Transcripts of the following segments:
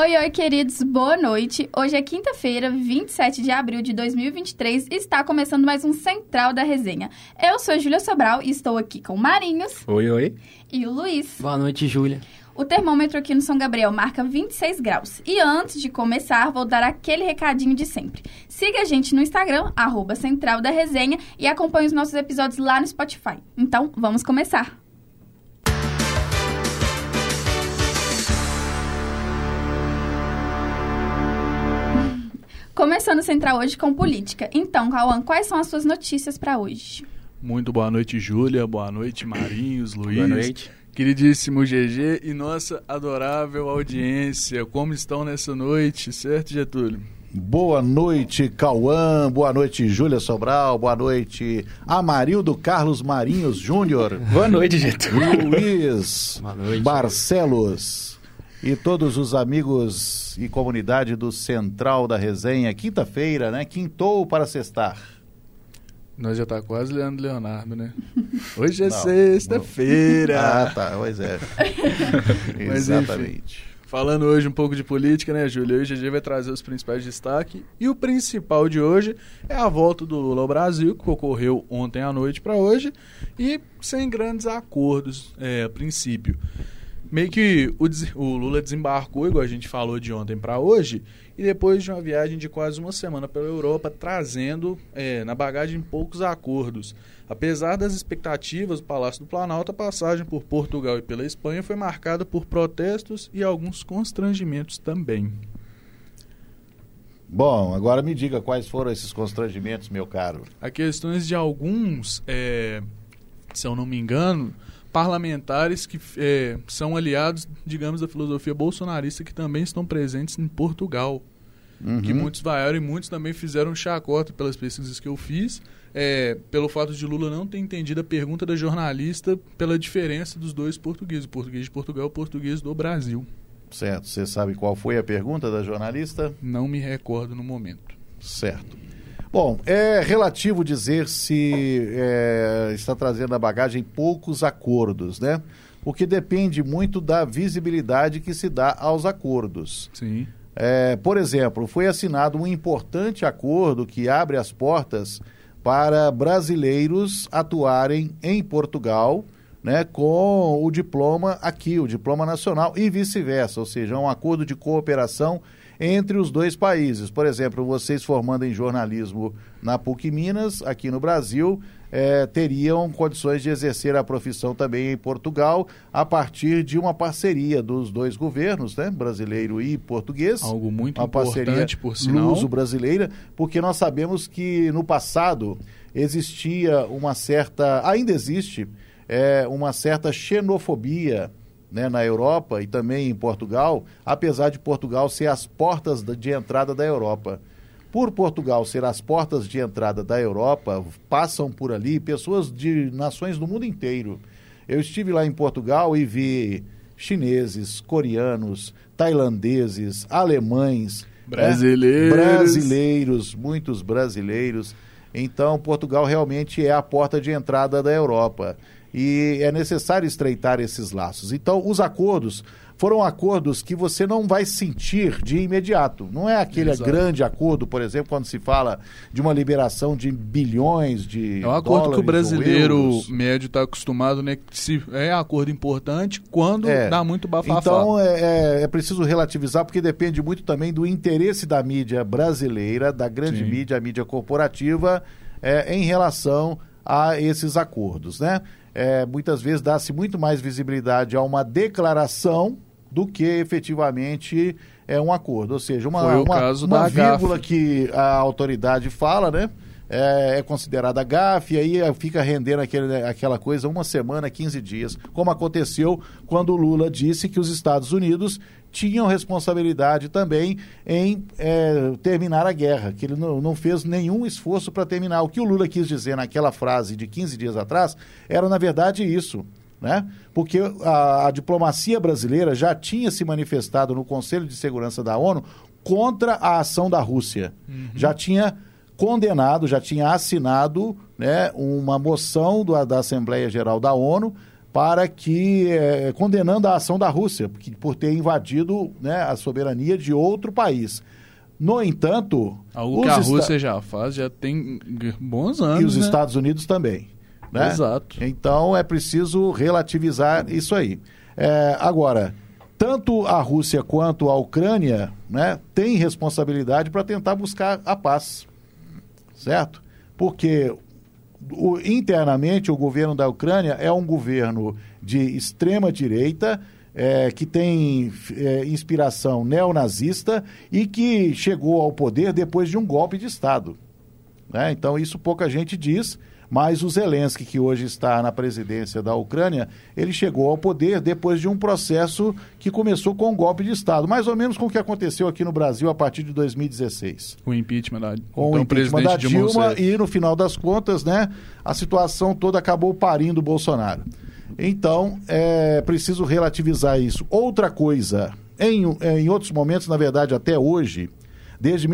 Oi, queridos, boa noite. Hoje é quinta-feira, 27 de abril de 2023 e está começando mais um Central da Resenha. Eu sou a Júlia Sobral e estou aqui com o Marinhos. Oi. E o Luiz. Boa noite, Júlia. O termômetro aqui no São Gabriel marca 26 graus. E antes de começar, vou dar aquele recadinho de sempre. Siga a gente no Instagram, @Central da Resenha, e acompanhe os nossos episódios lá no Spotify. Então, vamos começar. Começando o Central hoje com política. Então, Cauã, quais são as suas notícias para hoje? Muito boa noite, Júlia. Boa noite, Marinhos, Luiz. Boa noite. Queridíssimo GG e nossa adorável audiência. Como estão nessa noite, certo, Getúlio? Boa noite, Cauã. Boa noite, Júlia Sobral. Boa noite, Amarildo Carlos Marinhos Júnior. Boa noite, Getúlio. Luiz Boa noite. Barcelos. E todos os amigos e comunidade do Central da Resenha. Quinta-feira, né? Quintou para sextar. Nós já tá quase Leonardo, né? Hoje é sexta-feira. Ah, tá. Pois é. Mas, exatamente. Enfim, falando hoje um pouco de política, né, Júlia? Hoje a gente vai trazer os principais destaques. E o principal de hoje é a volta do Lula ao Brasil, que ocorreu ontem à noite para hoje. E sem grandes acordos, a princípio. Meio que o Lula desembarcou, igual a gente falou, de ontem para hoje, e depois de uma viagem de quase uma semana pela Europa, trazendo na bagagem poucos acordos. Apesar das expectativas do Palácio do Planalto, a passagem por Portugal e pela Espanha foi marcada por protestos e alguns constrangimentos também. Bom, agora me diga quais foram esses constrangimentos, meu caro. Há questões de alguns, se eu não me engano, parlamentares que são aliados, digamos, da filosofia bolsonarista, que também estão presentes em Portugal. Uhum. Que muitos vaiaram e muitos também fizeram chacota pelas pesquisas que eu fiz, pelo fato de Lula não ter entendido a pergunta da jornalista pela diferença dos dois portugueses, o português de Portugal e o português do Brasil. Certo. Você sabe qual foi a pergunta da jornalista? Não me recordo no momento. Certo. Bom, é relativo dizer se está trazendo na bagagem poucos acordos, né? Porque depende muito da visibilidade que se dá aos acordos. Sim. Por exemplo, foi assinado um importante acordo que abre as portas para brasileiros atuarem em Portugal, né, com o diploma aqui, o diploma nacional, e vice-versa, ou seja, um acordo de cooperação entre os dois países. Por exemplo, vocês formando em jornalismo na PUC Minas, aqui no Brasil, teriam condições de exercer a profissão também em Portugal, a partir de uma parceria dos dois governos, né, brasileiro e português. Algo muito uma importante, por sinal. Luso-brasileira, porque nós sabemos que no passado existia ainda existe, uma certa xenofobia, né, na Europa e também em Portugal, apesar de Portugal ser as portas de entrada da Europa. Por Portugal ser as portas de entrada da Europa, passam por ali pessoas de nações do mundo inteiro. Eu estive lá em Portugal e vi chineses, coreanos, tailandeses, alemães, brasileiros, muitos brasileiros. Então, Portugal realmente é a porta de entrada da Europa. E é necessário estreitar esses laços. Então, os acordos foram acordos que você não vai sentir de imediato. Não é aquele grande acordo, por exemplo, quando se fala de uma liberação de bilhões de dólares. É um acordo que o brasileiro médio está acostumado, né? Se é acordo importante quando dá muito bafafá. Então, é preciso relativizar, porque depende muito também do interesse da mídia brasileira, da grande mídia, a mídia corporativa, em relação a esses acordos, né? Muitas vezes dá-se muito mais visibilidade a uma declaração do que efetivamente um acordo. Ou seja, uma vírgula que a autoridade fala, né? É considerada gafe, e aí fica rendendo aquela coisa uma semana, 15 dias, como aconteceu quando o Lula disse que os Estados Unidos tinham responsabilidade também em terminar a guerra, que ele não fez nenhum esforço para terminar. O que o Lula quis dizer naquela frase de 15 dias atrás era, na verdade, isso, né? Porque a diplomacia brasileira já tinha se manifestado no Conselho de Segurança da ONU contra a ação da Rússia. Uhum. Já tinha condenado, já tinha assinado, né, uma moção da Assembleia Geral da ONU para que, condenando a ação da Rússia, por ter invadido, né, a soberania de outro país. No entanto... Algo que a Rússia já faz, já tem bons anos, e os né? Estados Unidos também. Né? Exato. Então é preciso relativizar isso aí. Agora, tanto a Rússia quanto a Ucrânia, né, têm responsabilidade para tentar buscar a paz, certo? Porque internamente o governo da Ucrânia é um governo de extrema direita, que tem inspiração neonazista e que chegou ao poder depois de um golpe de Estado. Né? Então isso pouca gente diz. Mas o Zelensky, que hoje está na presidência da Ucrânia, ele chegou ao poder depois de um processo que começou com um golpe de Estado, mais ou menos com o que aconteceu aqui no Brasil a partir de 2016. Com o impeachment da, com o impeachment da Dilma e, no final das contas, né, a situação toda acabou parindo o Bolsonaro. Então, é preciso relativizar isso. Outra coisa, em outros momentos, na verdade, até hoje, desde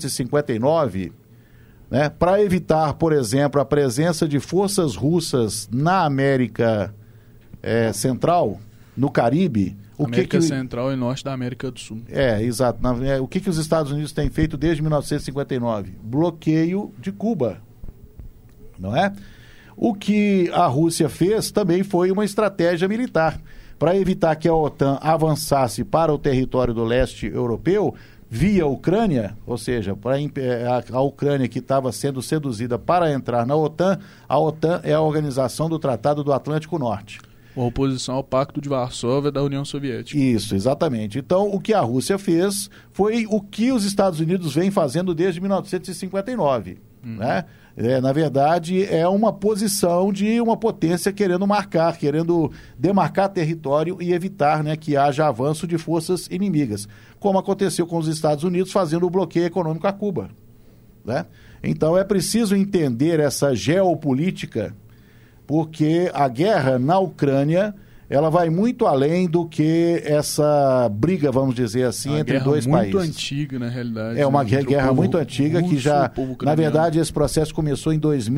1959... Né, para evitar, por exemplo, a presença de forças russas na América Central, no Caribe... América Central e Norte da América do Sul. Exato. O que os Estados Unidos têm feito desde 1959? Bloqueio de Cuba, não é? O que a Rússia fez também foi uma estratégia militar. Para evitar que a OTAN avançasse para o território do leste europeu... via Ucrânia, ou seja, para a Ucrânia que estava sendo seduzida para entrar na OTAN, a OTAN é a organização do Tratado do Atlântico Norte. A oposição ao Pacto de Varsóvia da União Soviética. Isso, exatamente. Então, o que a Rússia fez foi o que os Estados Unidos vêm fazendo desde 1959, né? Na verdade, é uma posição de uma potência querendo demarcar território e evitar, né, que haja avanço de forças inimigas, como aconteceu com os Estados Unidos fazendo o bloqueio econômico a Cuba. Né? Então é preciso entender essa geopolítica, porque a guerra na Ucrânia ela vai muito além do que essa briga, vamos dizer assim, entre dois países. É muito antiga, na realidade. É uma guerra muito antiga que já, na verdade, esse processo começou em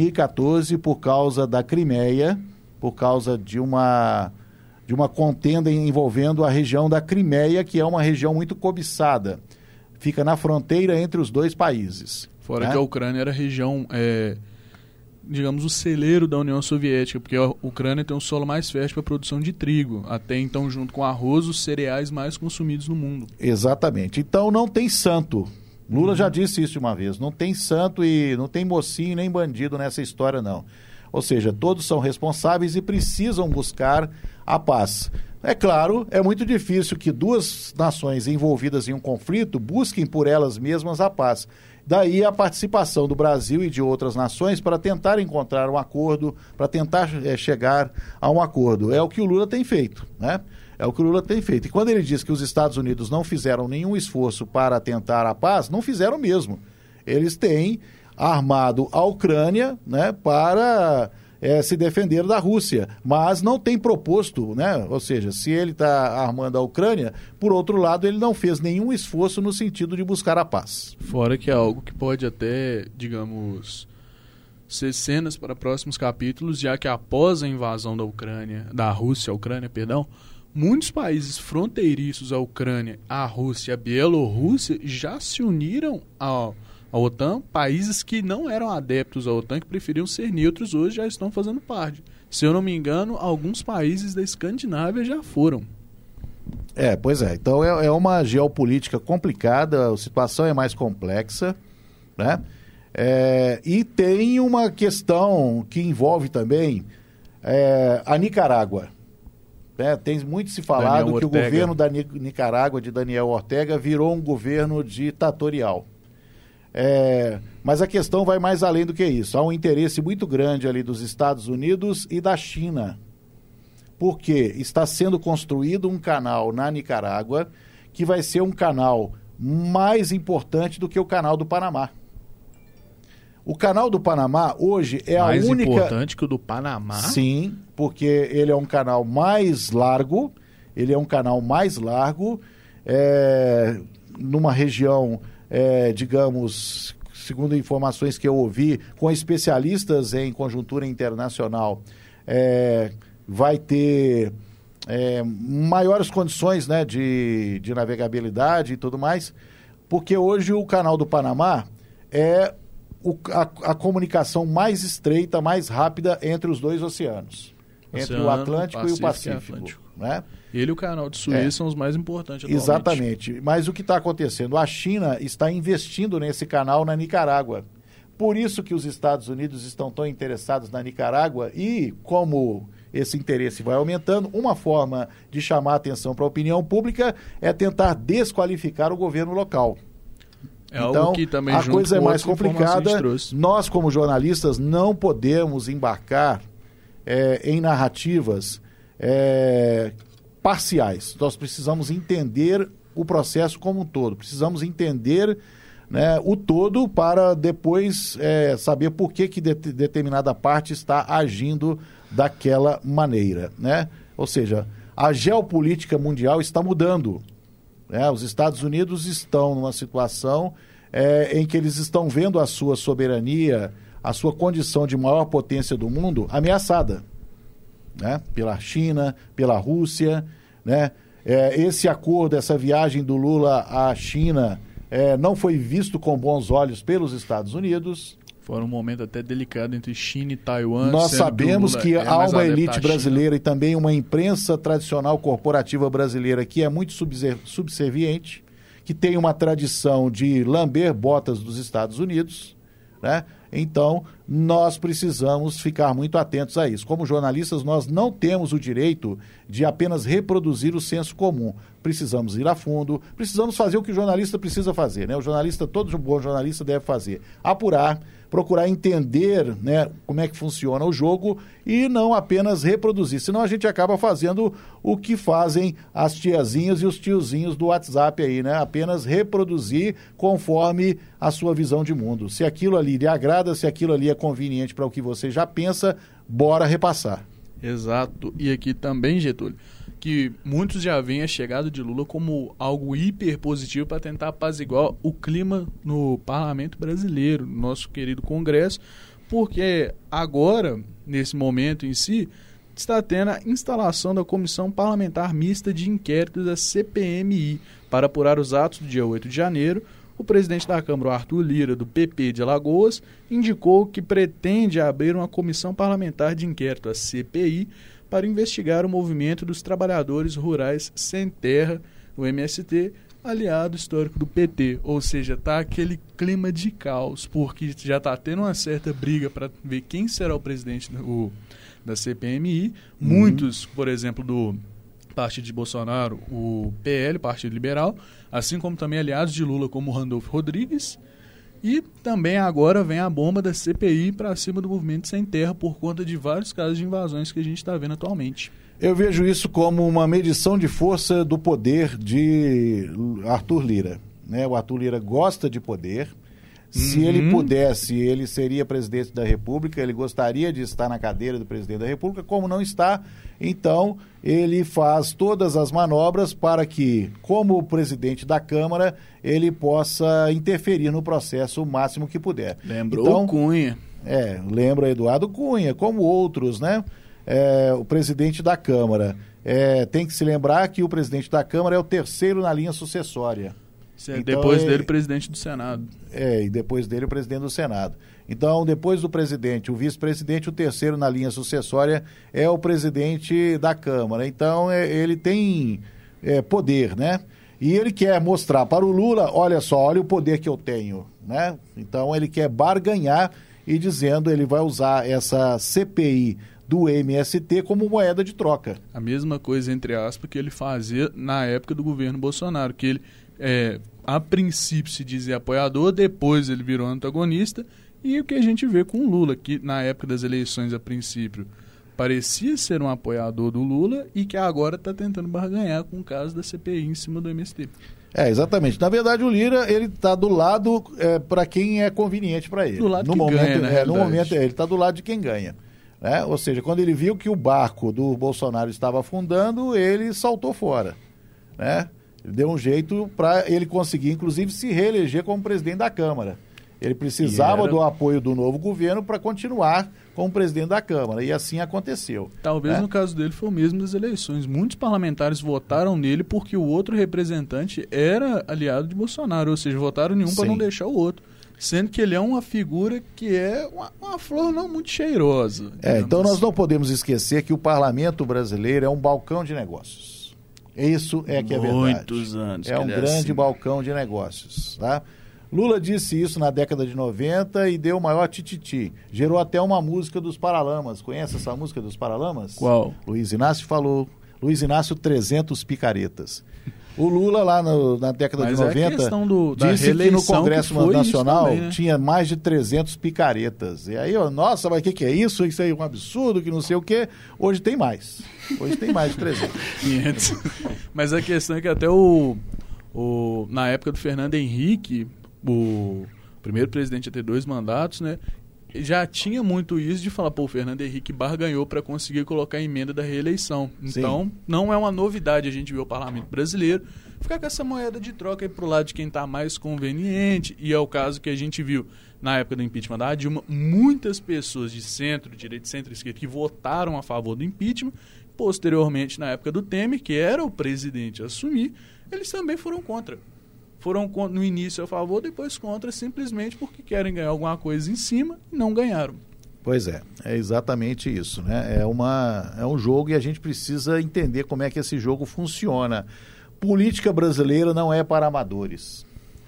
2014 por causa da Crimeia, por causa de uma contenda envolvendo a região da Crimeia, que é uma região muito cobiçada. Fica na fronteira entre os dois países. Fora que a Ucrânia era a região... digamos, o celeiro da União Soviética, porque a Ucrânia tem um solo mais fértil para a produção de trigo, até então, junto com arroz, os cereais mais consumidos no mundo. Exatamente. Então, não tem santo. Lula já disse isso uma vez. Não tem santo e não tem mocinho nem bandido nessa história, não. Ou seja, todos são responsáveis e precisam buscar a paz. É claro, é muito difícil que duas nações envolvidas em um conflito busquem por elas mesmas a paz. Daí a participação do Brasil e de outras nações para tentar encontrar um acordo, para tentar chegar a um acordo. É o que o Lula tem feito, né? É o que o Lula tem feito. E quando ele diz que os Estados Unidos não fizeram nenhum esforço para tentar a paz, não fizeram mesmo. Eles têm armado a Ucrânia, né, para se defender da Rússia, mas não tem proposto, né? Ou seja, se ele está armando a Ucrânia, por outro lado, ele não fez nenhum esforço no sentido de buscar a paz. Fora que é algo que pode até, digamos, ser cenas para próximos capítulos, já que após a invasão da Rússia à Ucrânia, muitos países fronteiriços à Ucrânia, à Rússia e à Bielorrússia já se uniram a OTAN. Países que não eram adeptos à OTAN, que preferiam ser neutros, hoje já estão fazendo parte. Se eu não me engano, alguns países da Escandinávia já foram. Pois é. Então é uma geopolítica complicada, a situação é mais complexa, né? E tem uma questão que envolve também a Nicarágua. Tem muito se falado que o governo da Nicarágua, de Daniel Ortega, virou um governo ditatorial. Mas a questão vai mais além do que isso. Há um interesse muito grande ali dos Estados Unidos e da China, porque está sendo construído um canal na Nicarágua que vai ser um canal mais importante do que o canal do Panamá. O canal do Panamá hoje é a única... Mais importante que o do Panamá? Sim, porque ele é um canal mais largo, numa região... digamos, segundo informações que eu ouvi, com especialistas em conjuntura internacional, vai ter maiores condições, né, de navegabilidade e tudo mais, porque hoje o Canal do Panamá é a comunicação mais estreita, mais rápida entre os dois oceanos. Entre o Atlântico e o Pacífico. Né? Ele e o Canal de Suez são os mais importantes atualmente. Exatamente. Mas o que está acontecendo? A China está investindo nesse canal na Nicarágua. Por isso que os Estados Unidos estão tão interessados na Nicarágua e, como esse interesse vai aumentando, uma forma de chamar a atenção para a opinião pública é tentar desqualificar o governo local. Então, algo que também, a coisa é mais complicada. Nós, como jornalistas, não podemos embarcar em narrativas parciais. Nós precisamos entender o processo como um todo. Precisamos entender, né, o todo para depois saber por que determinada parte está agindo daquela maneira, né? Ou seja, a geopolítica mundial está mudando. Os Estados Unidos estão numa situação em que eles estão vendo a sua soberania, a sua condição de maior potência do mundo ameaçada, né? Pela China, pela Rússia, né? Esse acordo, essa viagem do Lula à China não foi visto com bons olhos pelos Estados Unidos. Foi um momento até delicado entre China e Taiwan. Nós sabemos que há uma elite brasileira e também uma imprensa tradicional corporativa brasileira que é muito subserviente, que tem uma tradição de lamber botas dos Estados Unidos, né? Então, nós precisamos ficar muito atentos a isso. Como jornalistas, nós não temos o direito de apenas reproduzir o senso comum. Precisamos ir a fundo, precisamos fazer o que o jornalista precisa fazer, né? O jornalista, todo bom jornalista deve fazer. Apurar, procurar entender, né, como é que funciona o jogo e não apenas reproduzir. Senão a gente acaba fazendo o que fazem as tiazinhas e os tiozinhos do WhatsApp aí, né? Apenas reproduzir conforme a sua visão de mundo. Se aquilo ali lhe agrada, se aquilo ali é conveniente para o que você já pensa, bora repassar. Exato. E aqui também, Getúlio, que muitos já veem a chegada de Lula como algo hiper positivo para tentar apaziguar o clima no parlamento brasileiro, no nosso querido Congresso, porque agora, nesse momento em si, está tendo a instalação da Comissão Parlamentar Mista de Inquérito da CPMI para apurar os atos do dia 8 de janeiro. O presidente da Câmara, Arthur Lira, do PP de Alagoas, indicou que pretende abrir uma comissão parlamentar de inquérito, a CPI, para investigar o movimento dos trabalhadores rurais sem terra, o MST, aliado histórico do PT. Ou seja, está aquele clima de caos, porque já está tendo uma certa briga para ver quem será o presidente da CPMI. Muitos, por exemplo, do Partido de Bolsonaro, o PL, Partido Liberal, assim como também aliados de Lula, como o Randolfo Rodrigues. E também agora vem a bomba da CPI para cima do movimento sem terra por conta de vários casos de invasões que a gente está vendo atualmente. Eu vejo isso como uma medição de força do poder de Arthur Lira, né? O Arthur Lira gosta de poder. Se ele pudesse, ele seria presidente da República, ele gostaria de estar na cadeira do presidente da República, como não está, então ele faz todas as manobras para que, como presidente da Câmara, ele possa interferir no processo o máximo que puder. Lembrou então, o Cunha. Lembra Eduardo Cunha, como outros, né? O presidente da Câmara. Tem que se lembrar que o presidente da Câmara é o terceiro na linha sucessória. Então, depois dele, o presidente do Senado. E depois dele, o presidente do Senado. Então, depois do presidente, o vice-presidente, o terceiro na linha sucessória é o presidente da Câmara. Então, ele tem poder, né? E ele quer mostrar para o Lula, olha só, olha o poder que eu tenho, né? Então, ele quer barganhar e dizendo, ele vai usar essa CPI do MST como moeda de troca. A mesma coisa, entre aspas, que ele fazia na época do governo Bolsonaro, que ele a princípio se dizia apoiador, depois ele virou antagonista, e o que a gente vê com o Lula, que na época das eleições, a princípio, parecia ser um apoiador do Lula e que agora está tentando barganhar com o caso da CPI em cima do MST. Exatamente. Na verdade, o Lira, ele está do lado para quem é conveniente para ele. Do lado no momento, ganha, na realidade. No momento, ele está do lado de quem ganha. Né? Ou seja, quando ele viu que o barco do Bolsonaro estava afundando, ele saltou fora, né? Deu um jeito para ele conseguir, inclusive, se reeleger como presidente da Câmara. Ele precisava do apoio do novo governo para continuar como presidente da Câmara, e assim aconteceu. Talvez no caso dele foi o mesmo das eleições. Muitos parlamentares votaram nele porque o outro representante era aliado de Bolsonaro, ou seja, votaram em um para não deixar o outro. Sendo que ele é uma figura que é uma flor não muito cheirosa. Então nós não podemos esquecer que o parlamento brasileiro é um balcão de negócios. Isso é que é verdade. Muitos anos. É um grande balcão de negócios, tá? Lula disse isso na década de 90 e deu o maior tititi. Gerou até uma música dos Paralamas. Conhece essa música dos Paralamas? Qual? Luiz Inácio falou. Luiz Inácio 300 picaretas. O Lula lá na década de 90 disse que no Congresso Nacional também, né? Tinha mais de 300 picaretas. E aí, nossa, mas o que é isso? Isso aí é um absurdo, que não sei o quê. Hoje tem mais. Hoje tem mais de 300. 500. Mas a questão é que até na época do Fernando Henrique, o primeiro presidente a ter 2 mandatos, né? Já tinha muito isso de falar, o Fernando Henrique barganhou para conseguir colocar a emenda da reeleição. Então, não é uma novidade a gente ver o parlamento brasileiro ficar com essa moeda de troca aí pro lado de quem está mais conveniente. E é o caso que a gente viu na época do impeachment da Dilma, muitas pessoas de centro, direita, centro-esquerda que votaram a favor do impeachment. Posteriormente, na época do Temer, que era o presidente a assumir, eles também foram contra. Foram no início a favor, depois contra, simplesmente porque querem ganhar alguma coisa em cima e não ganharam. Pois é exatamente isso, né? É um jogo e a gente precisa entender como é que esse jogo funciona. Política brasileira não é para amadores.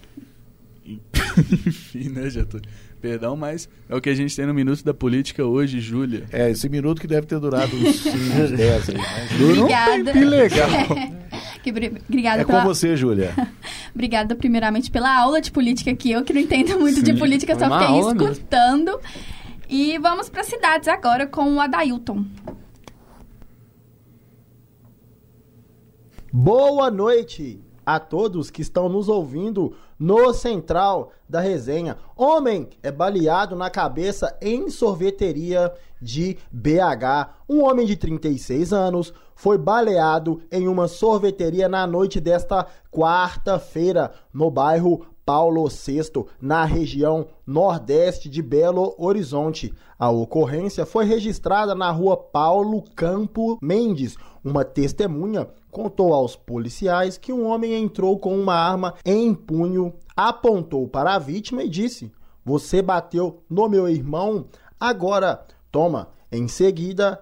Enfim, né, Getúlio? Perdão, mas é o que a gente tem no Minuto da Política hoje, Júlia. Esse minuto que deve ter durado uns 10 aí. Obrigada. Que legal. Obrigada com você, Júlia. Obrigada, primeiramente, pela aula de política aqui. Eu que não entendo muito de política, só fiquei escutando. Mesmo. E vamos para as cidades agora com o Adailton. Boa noite a todos que estão nos ouvindo no Central da Resenha. Homem é baleado na cabeça em sorveteria de BH. Um homem de 36 anos foi baleado em uma sorveteria na noite desta quarta-feira, no bairro Paulo VI, na região nordeste de Belo Horizonte. A ocorrência foi registrada na rua Paulo Campo Mendes. Uma testemunha contou aos policiais que um homem entrou com uma arma em punho, apontou para a vítima e disse: "Você bateu no meu irmão? Agora toma." Em seguida,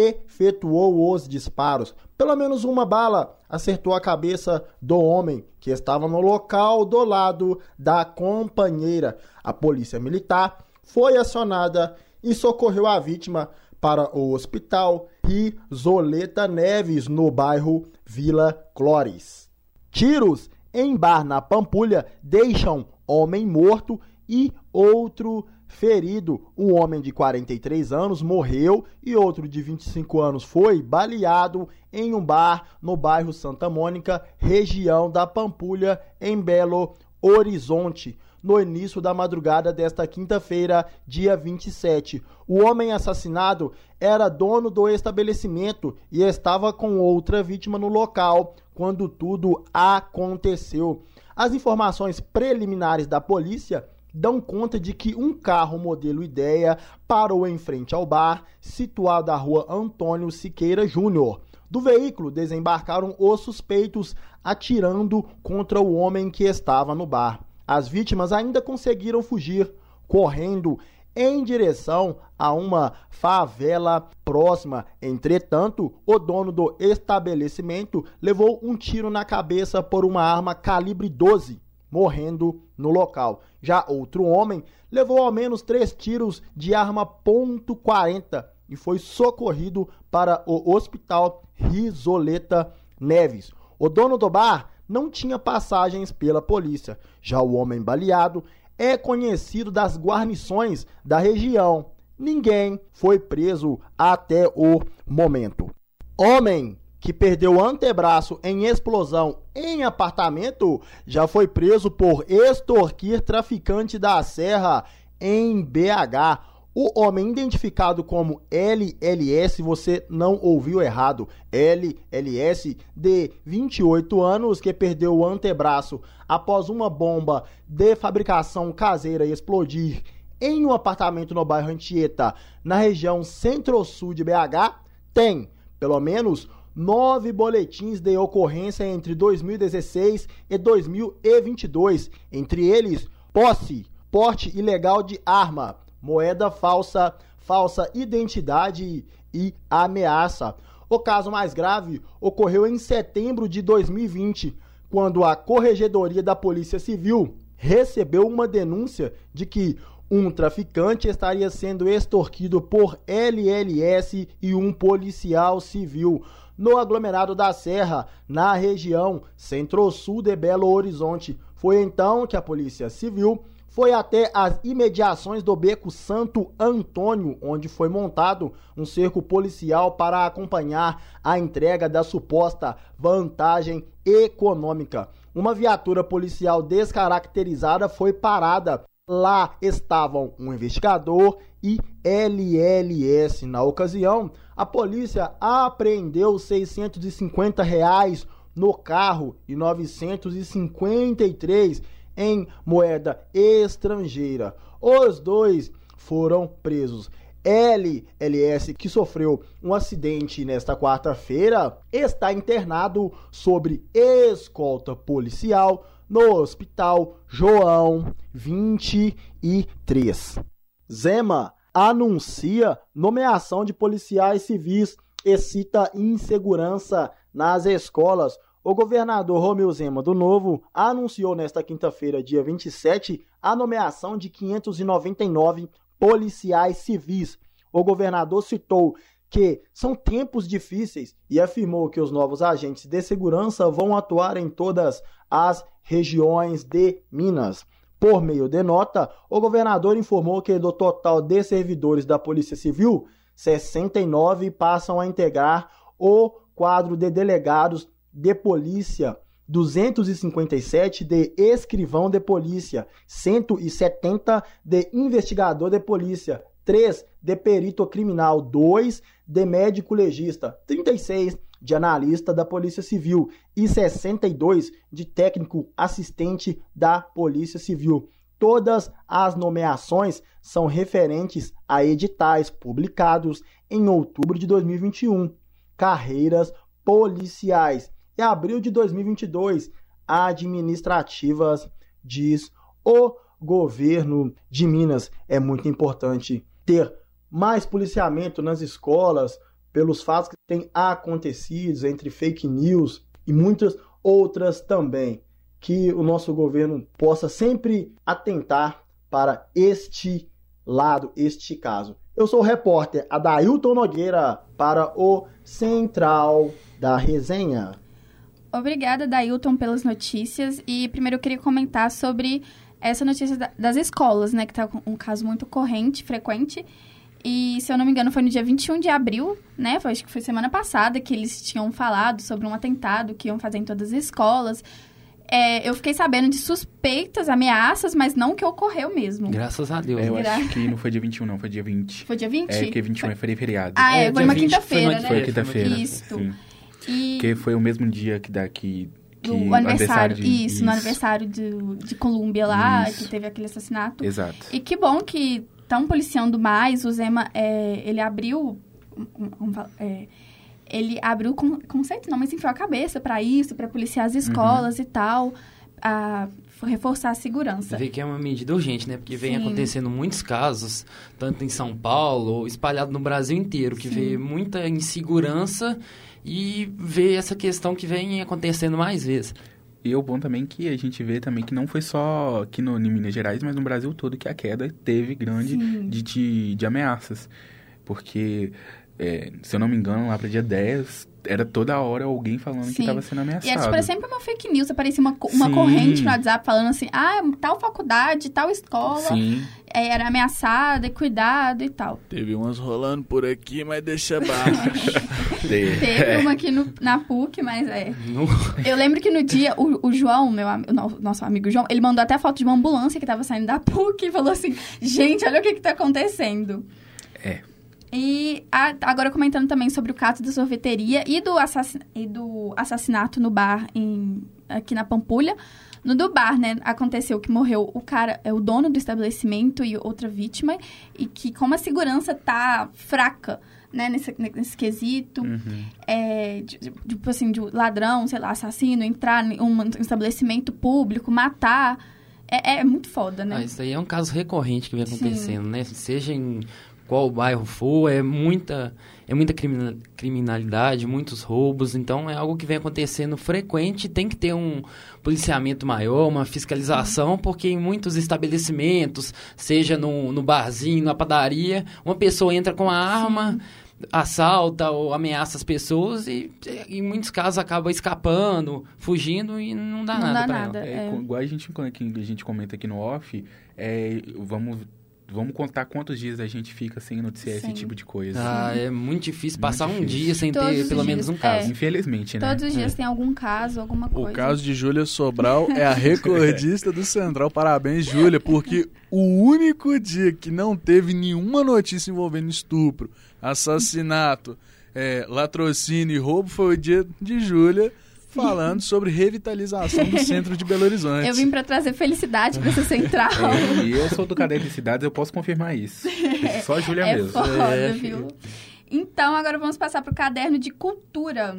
efetuou os disparos. Pelo menos uma bala acertou a cabeça do homem, que estava no local do lado da companheira. A polícia militar foi acionada e socorreu a vítima para o hospital Rizoleta Neves, no bairro Vila Clóris. Tiros em bar na Pampulha deixam homem morto e outro ferido. Um homem de 43 anos morreu e outro de 25 anos foi baleado em um bar no bairro Santa Mônica, região da Pampulha, em Belo Horizonte, no início da madrugada desta quinta-feira, dia 27. O homem assassinado era dono do estabelecimento e estava com outra vítima no local quando tudo aconteceu. As informações preliminares da polícia dão conta de que um carro modelo Ideia parou em frente ao bar, situado na rua Antônio Siqueira Júnior. Do veículo desembarcaram os suspeitos, atirando contra o homem que estava no bar. As vítimas ainda conseguiram fugir, correndo em direção a uma favela próxima. Entretanto, o dono do estabelecimento levou um tiro na cabeça por uma arma calibre 12, morrendo no local. Já outro homem levou ao menos 3 tiros de arma .40 e foi socorrido para o hospital Rizoleta Neves. O dono do bar não tinha passagens pela polícia. Já o homem baleado é conhecido das guarnições da região. Ninguém foi preso até o momento. Homem que perdeu o antebraço em explosão em apartamento já foi preso por extorquir traficante da Serra em BH. O homem identificado como LLS, você não ouviu errado, LLS, de 28 anos, que perdeu o antebraço após uma bomba de fabricação caseira explodir em um apartamento no bairro Anchieta, na região centro-sul de BH, tem, pelo menos, 9 boletins de ocorrência entre 2016 e 2022, entre eles, posse, porte ilegal de arma, moeda falsa, falsa identidade e ameaça. O caso mais grave ocorreu em setembro de 2020, quando a Corregedoria da Polícia Civil recebeu uma denúncia de que um traficante estaria sendo extorquido por LLS e um policial civil no aglomerado da Serra, na região centro-sul de Belo Horizonte. Foi então que a Polícia Civil foi até as imediações do Beco Santo Antônio, onde foi montado um cerco policial para acompanhar a entrega da suposta vantagem econômica. Uma viatura policial descaracterizada foi parada. Lá estavam um investigador e LLS. Na ocasião, a polícia apreendeu R$650 no carro e 953 em moeda estrangeira. Os dois foram presos. LLS, que sofreu um acidente nesta quarta-feira, está internado sob escolta policial no Hospital João 23. Zema anuncia nomeação de policiais civis e cita insegurança nas escolas. O governador Romeu Zema do Novo anunciou nesta quinta-feira, dia 27, a nomeação de 599 policiais civis. O governador citou que são tempos difíceis e afirmou que os novos agentes de segurança vão atuar em todas as regiões de Minas. Por meio de nota, o governador informou que do total de servidores da Polícia Civil, 69 passam a integrar o quadro de delegados de polícia, 257 de escrivão de polícia, 170 de investigador de polícia, 3 de perito criminal, 2 de médico legista, 36 de analista da Polícia Civil e 62 de técnico assistente da Polícia Civil. Todas as nomeações são referentes a editais publicados em outubro de 2021. Carreiras policiais. Em abril de 2022, administrativas, diz o governo de Minas. É muito importante ter mais policiamento nas escolas pelos fatos que têm acontecido entre fake news e muitas outras também. Que o nosso governo possa sempre atentar para este lado, este caso. Eu sou o repórter Adailton Nogueira para o Central da Resenha. Obrigada, Dailton, pelas notícias. E primeiro eu queria comentar sobre essa notícia das escolas, né? Que está um caso muito corrente, frequente. E, se eu não me engano, foi no dia 21 de abril, né? Acho que foi semana passada que eles tinham falado sobre um atentado que iam fazer em todas as escolas. Eu fiquei sabendo de suspeitas, ameaças, mas não que ocorreu mesmo. Graças a Deus. Eu acho que não foi dia 21, não. Foi dia 20. Foi dia 20? Porque 21 foi feriado. Foi uma quinta-feira, né? Foi quinta-feira. Isso. Sim. E... Porque foi o mesmo dia que do aniversário, no aniversário de Colômbia lá, que teve aquele assassinato. Exato. E que bom que estão policiando mais. O Zema, ele abriu... ele abriu conceito, não, mas enfiou a cabeça para isso, para policiar as escolas e tal, reforçar a segurança. Vê que é uma medida urgente, né? Porque vem acontecendo muitos casos, tanto em São Paulo, ou espalhado no Brasil inteiro, que vê muita insegurança e vê essa questão que vem acontecendo mais vezes. E o bom também que a gente vê também que não foi só aqui em Minas Gerais, mas no Brasil todo que a queda teve grande de ameaças. Porque se eu não me engano, lá para dia 10, era toda hora alguém falando que estava sendo ameaçado. E tipo, era sempre uma fake news, aparecia uma corrente no WhatsApp falando assim, tal faculdade, tal escola era ameaçada, e cuidado e tal. Teve umas rolando por aqui, mas deixa baixo. Teve uma aqui na PUC, mas Eu lembro que no dia, o João, nosso amigo João, ele mandou até foto de uma ambulância que tava saindo da PUC e falou assim, gente, olha o que tá acontecendo. E agora comentando também sobre o caso da sorveteria e do assassinato no bar aqui na Pampulha. No do bar, né, aconteceu que morreu o cara, o dono do estabelecimento e outra vítima, e que como a segurança tá fraca, né, nesse quesito, tipo assim, de ladrão, sei lá, assassino, entrar em um estabelecimento público, matar, é muito foda, né? Isso aí é um caso recorrente que vem acontecendo, né? Seja em qual bairro for, é muita criminalidade, muitos roubos, então é algo que vem acontecendo frequente, tem que ter um policiamento maior, uma fiscalização, porque em muitos estabelecimentos, seja no barzinho, na padaria, uma pessoa entra com a arma, assalta ou ameaça as pessoas e em muitos casos acaba escapando, fugindo e não dá nada pra ela. Igual a gente comenta aqui no off, vamos contar quantos dias a gente fica sem noticiar esse tipo de coisa. É muito difícil passar um dia sem ter pelo menos um caso. Infelizmente, né? Todos os dias tem algum caso, alguma coisa. O caso de Júlia Sobral é a recordista do Central. Parabéns, Júlia, porque o único dia que não teve nenhuma notícia envolvendo estupro, assassinato, latrocínio e roubo foi o dia de Júlia falando sobre revitalização do centro de Belo Horizonte. Eu vim pra trazer felicidade pra essa central. E eu sou do Caderno de Cidades, eu posso confirmar isso. Só a Júlia mesmo. Foda, viu? Então, agora vamos passar pro caderno de cultura.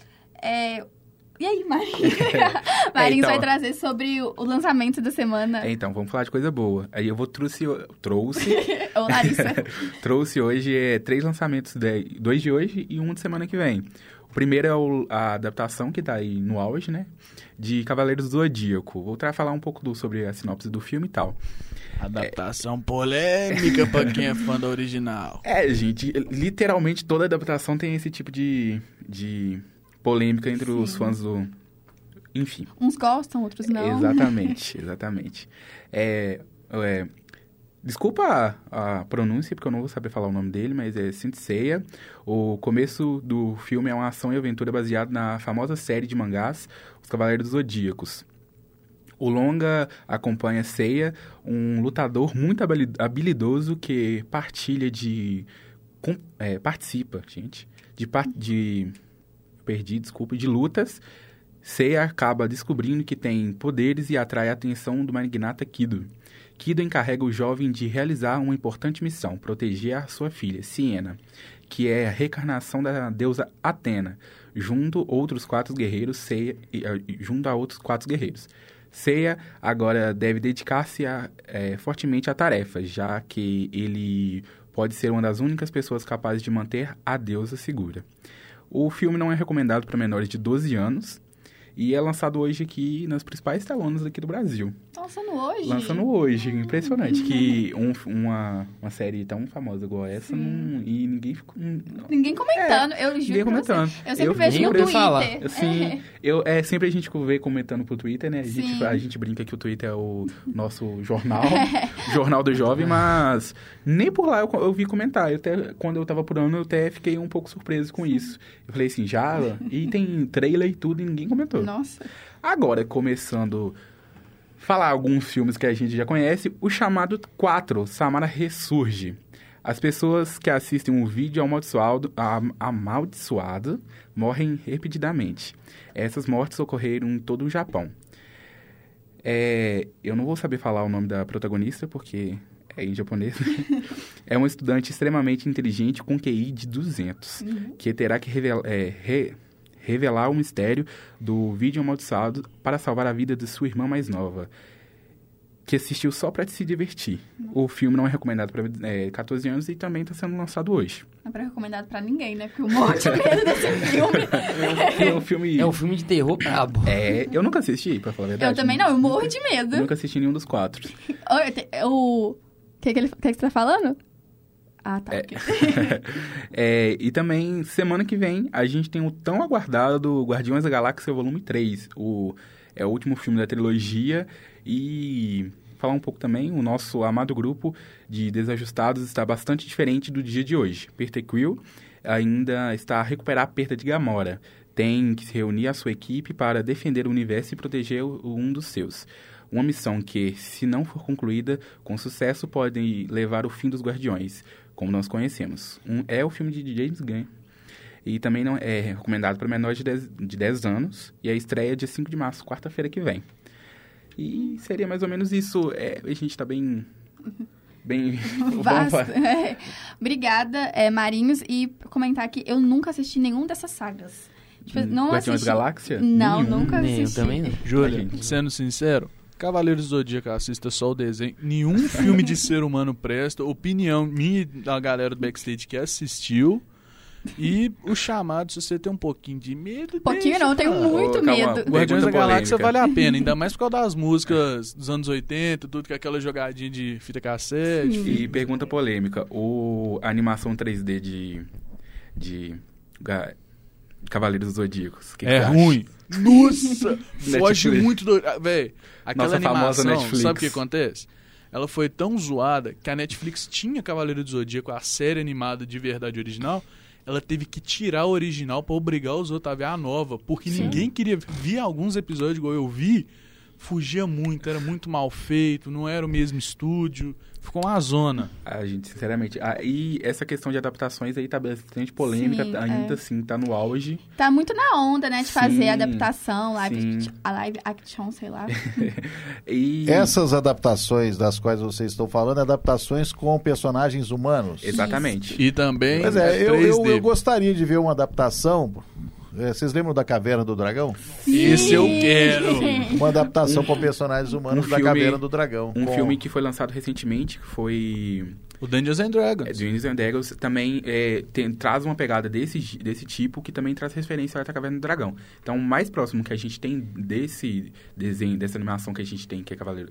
E aí, Marinhos? Marinhos vai trazer sobre o lançamento da semana. Então, vamos falar de coisa boa. Aí eu trouxe... Ô, Larissa. Trouxe hoje 3 lançamentos, 2 de hoje e 1 de semana que vem. O primeiro é a adaptação que tá aí no auge, né? De Cavaleiros do Zodíaco. Vou falar um pouco sobre a sinopse do filme e tal. Adaptação polêmica pra quem é fã da original. Gente, literalmente toda adaptação tem esse tipo de polêmica entre os fãs do... Enfim. Uns gostam, outros não. Exatamente. Desculpa a pronúncia, porque eu não vou saber falar o nome dele, mas é Saint Seiya. O começo do filme é uma ação e aventura baseada na famosa série de mangás, Os Cavaleiros dos Zodíacos. O longa acompanha Seiya, um lutador muito habilidoso que participa de lutas. Seiya acaba descobrindo que tem poderes e atrai a atenção do magnata Kido. Kido encarrega o jovem de realizar uma importante missão, proteger a sua filha, Siena, que é a reencarnação da deusa Atena, junto a outros 4 guerreiros. Seiya agora deve dedicar-se fortemente à tarefa, já que ele pode ser uma das únicas pessoas capazes de manter a deusa segura. O filme não é recomendado para menores de 12 anos e é lançado hoje aqui nas principais telonas aqui do Brasil. Lançando hoje, impressionante. Que uma série tão famosa igual essa, e ninguém ficou... Ninguém comentando, eu juro pra você. Eu sempre vejo no Twitter. Sempre a gente vê comentando pro Twitter, né? A gente brinca que o Twitter é o nosso jornal, jornal do jovem, mas nem por lá eu vi comentar. Quando eu tava apurando, eu até fiquei um pouco surpreso com isso. Eu falei assim, e tem trailer e tudo, e ninguém comentou. Nossa. Agora, começando... falar alguns filmes que a gente já conhece, o chamado 4, Samara Ressurge. As pessoas que assistem um vídeo amaldiçoado morrem repetidamente. Essas mortes ocorreram em todo o Japão. Eu não vou saber falar o nome da protagonista, porque é em japonês. É uma estudante extremamente inteligente com QI de 200, que terá que revelar o mistério do vídeo amaldiçoado para salvar a vida de sua irmã mais nova, que assistiu só para se divertir. O filme não é recomendado para 14 anos e também está sendo lançado hoje. Não é recomendado para ninguém, né? Porque eu morro de medo desse filme. É um filme de terror brabo. Eu nunca assisti, para falar a verdade. Eu também não, eu morro de medo. Nunca assisti nenhum dos 4. O que você tá falando? Ah, tá. Ok. E também, semana que vem, a gente tem o tão aguardado Guardiões da Galáxia Volume 3. É o último filme da trilogia. E falar um pouco também, o nosso amado grupo de Desajustados está bastante diferente do dia de hoje. Peter Quill ainda está a recuperar a perda de Gamora. Tem que se reunir a sua equipe para defender o universo e proteger um dos seus. Uma missão que, se não for concluída com sucesso, pode levar ao fim dos Guardiões, como nós conhecemos. É o filme de James Gunn. E também não é recomendado para menores de 10 anos. E a estreia é dia 5 de março, quarta-feira que vem. E seria mais ou menos isso. A gente está bem vasto. Obrigada, Marinhos. E comentar que eu nunca assisti nenhum dessas sagas. Tipo, não Guardiões da Galáxia? Não, Nenhum. nunca assisti. Eu também não. Júlia, sendo sincero, Cavaleiros do Zodíaco assista só o desenho. Nenhum filme de ser humano presta. Opinião minha e da galera do backstage que assistiu. E o chamado, se você tem um pouquinho de medo... Pouquinho não, eu tenho muito medo. Guardiões da Galáxia polêmica. vale a pena, ainda mais por causa das músicas dos anos 80, tudo que é aquela jogadinha de fita cassete. E pergunta polêmica, a animação 3D de Cavaleiros dos Zodíacos, que É você acha? ruim. Nossa! Foge Netflix. muito do... Véi, aquela Nossa famosa animação, Netflix. sabe o que acontece? Ela foi tão zoada que a Netflix tinha Cavaleiro do Zodíaco, a série animada de verdade original... Ela teve que tirar a original pra obrigar os outros a ver a nova. Porque ninguém queria... Via alguns episódios igual eu vi, fugia muito, era muito mal feito, não era o mesmo estúdio. Ficou uma zona. Gente, sinceramente... E essa questão de adaptações aí tá bastante polêmica, Sim, ainda assim tá no auge. Tá muito na onda, né? De fazer Sim, adaptação, sim. a live action, sei lá. E... Essas adaptações das quais vocês estão falando, adaptações com personagens humanos. Exatamente. E também Mas eu gostaria de ver uma adaptação. Vocês lembram da Caverna do Dragão? Esse eu quero. Uma adaptação com personagens humanos da Caverna do Dragão. Filme que foi lançado recentemente, que foi... O Dungeons and Dragons. Dungeons and Dragons também traz uma pegada desse tipo, que também traz referência à Caverna do Dragão. Então, o mais próximo que a gente tem desse desenho, dessa animação que a gente tem, que é Cavaleiro...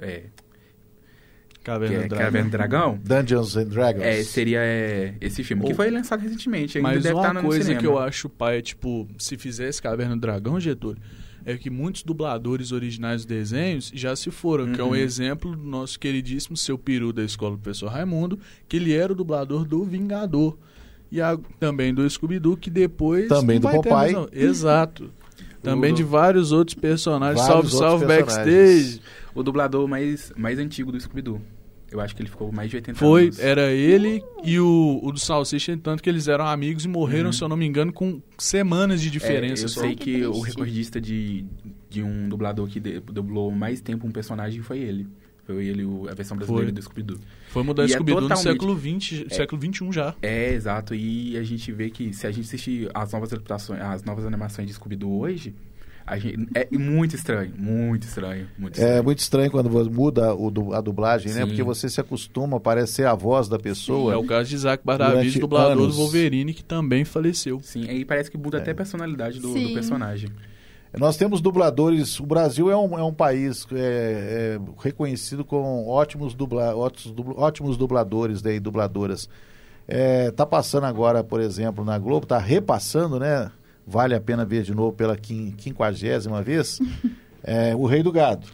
Caverna do Dragão. Dungeons and Dragons. Seria esse filme, que foi lançado recentemente. Ainda Mas deve uma estar no coisa cinema. que eu acho, pai, é tipo, se fizesse Caverna do Dragão, Getúlio, é que muitos dubladores originais dos desenhos já se foram, que é um exemplo do nosso queridíssimo Seu Peru da Escola do Professor Raimundo, que ele era o dublador do Vingador. E também do Scooby-Doo, que depois... Também do Popeye. Exato. Também de vários outros personagens. Vários Salve outros backstage. O dublador mais antigo do Scooby-Doo. Eu acho que ele ficou mais de 80 Foi, anos. era ele e o do Salsicha, tanto que eles eram amigos e morreram, se eu não me engano, com semanas de diferença. Eu só. sei que o triste. recordista de um dublador que dublou mais tempo um personagem foi ele. Foi ele a versão brasileira do Scooby-Doo. Foi mudar E Scooby-Doo no totalmente- século XX, século XXI já. Exato. E a gente vê que se a gente assistir as novas adaptações, as novas animações de Scooby-Doo hoje, é muito estranho, muito estranho, muito estranho. É muito estranho quando muda a dublagem, né? Sim. Porque você se acostuma, parece ser a voz da pessoa. É o caso de Isaac Badavis, Durante dublador anos. do Wolverine, que também faleceu. Sim, aí parece que muda até a personalidade do Sim. personagem. Nós temos dubladores. O Brasil é um país reconhecido com ótimos dubladores, né, e dubladoras. Tá passando agora, por exemplo, na Globo, tá repassando, né? Vale a pena ver de novo pela 50ª vez. O Rei do Gado.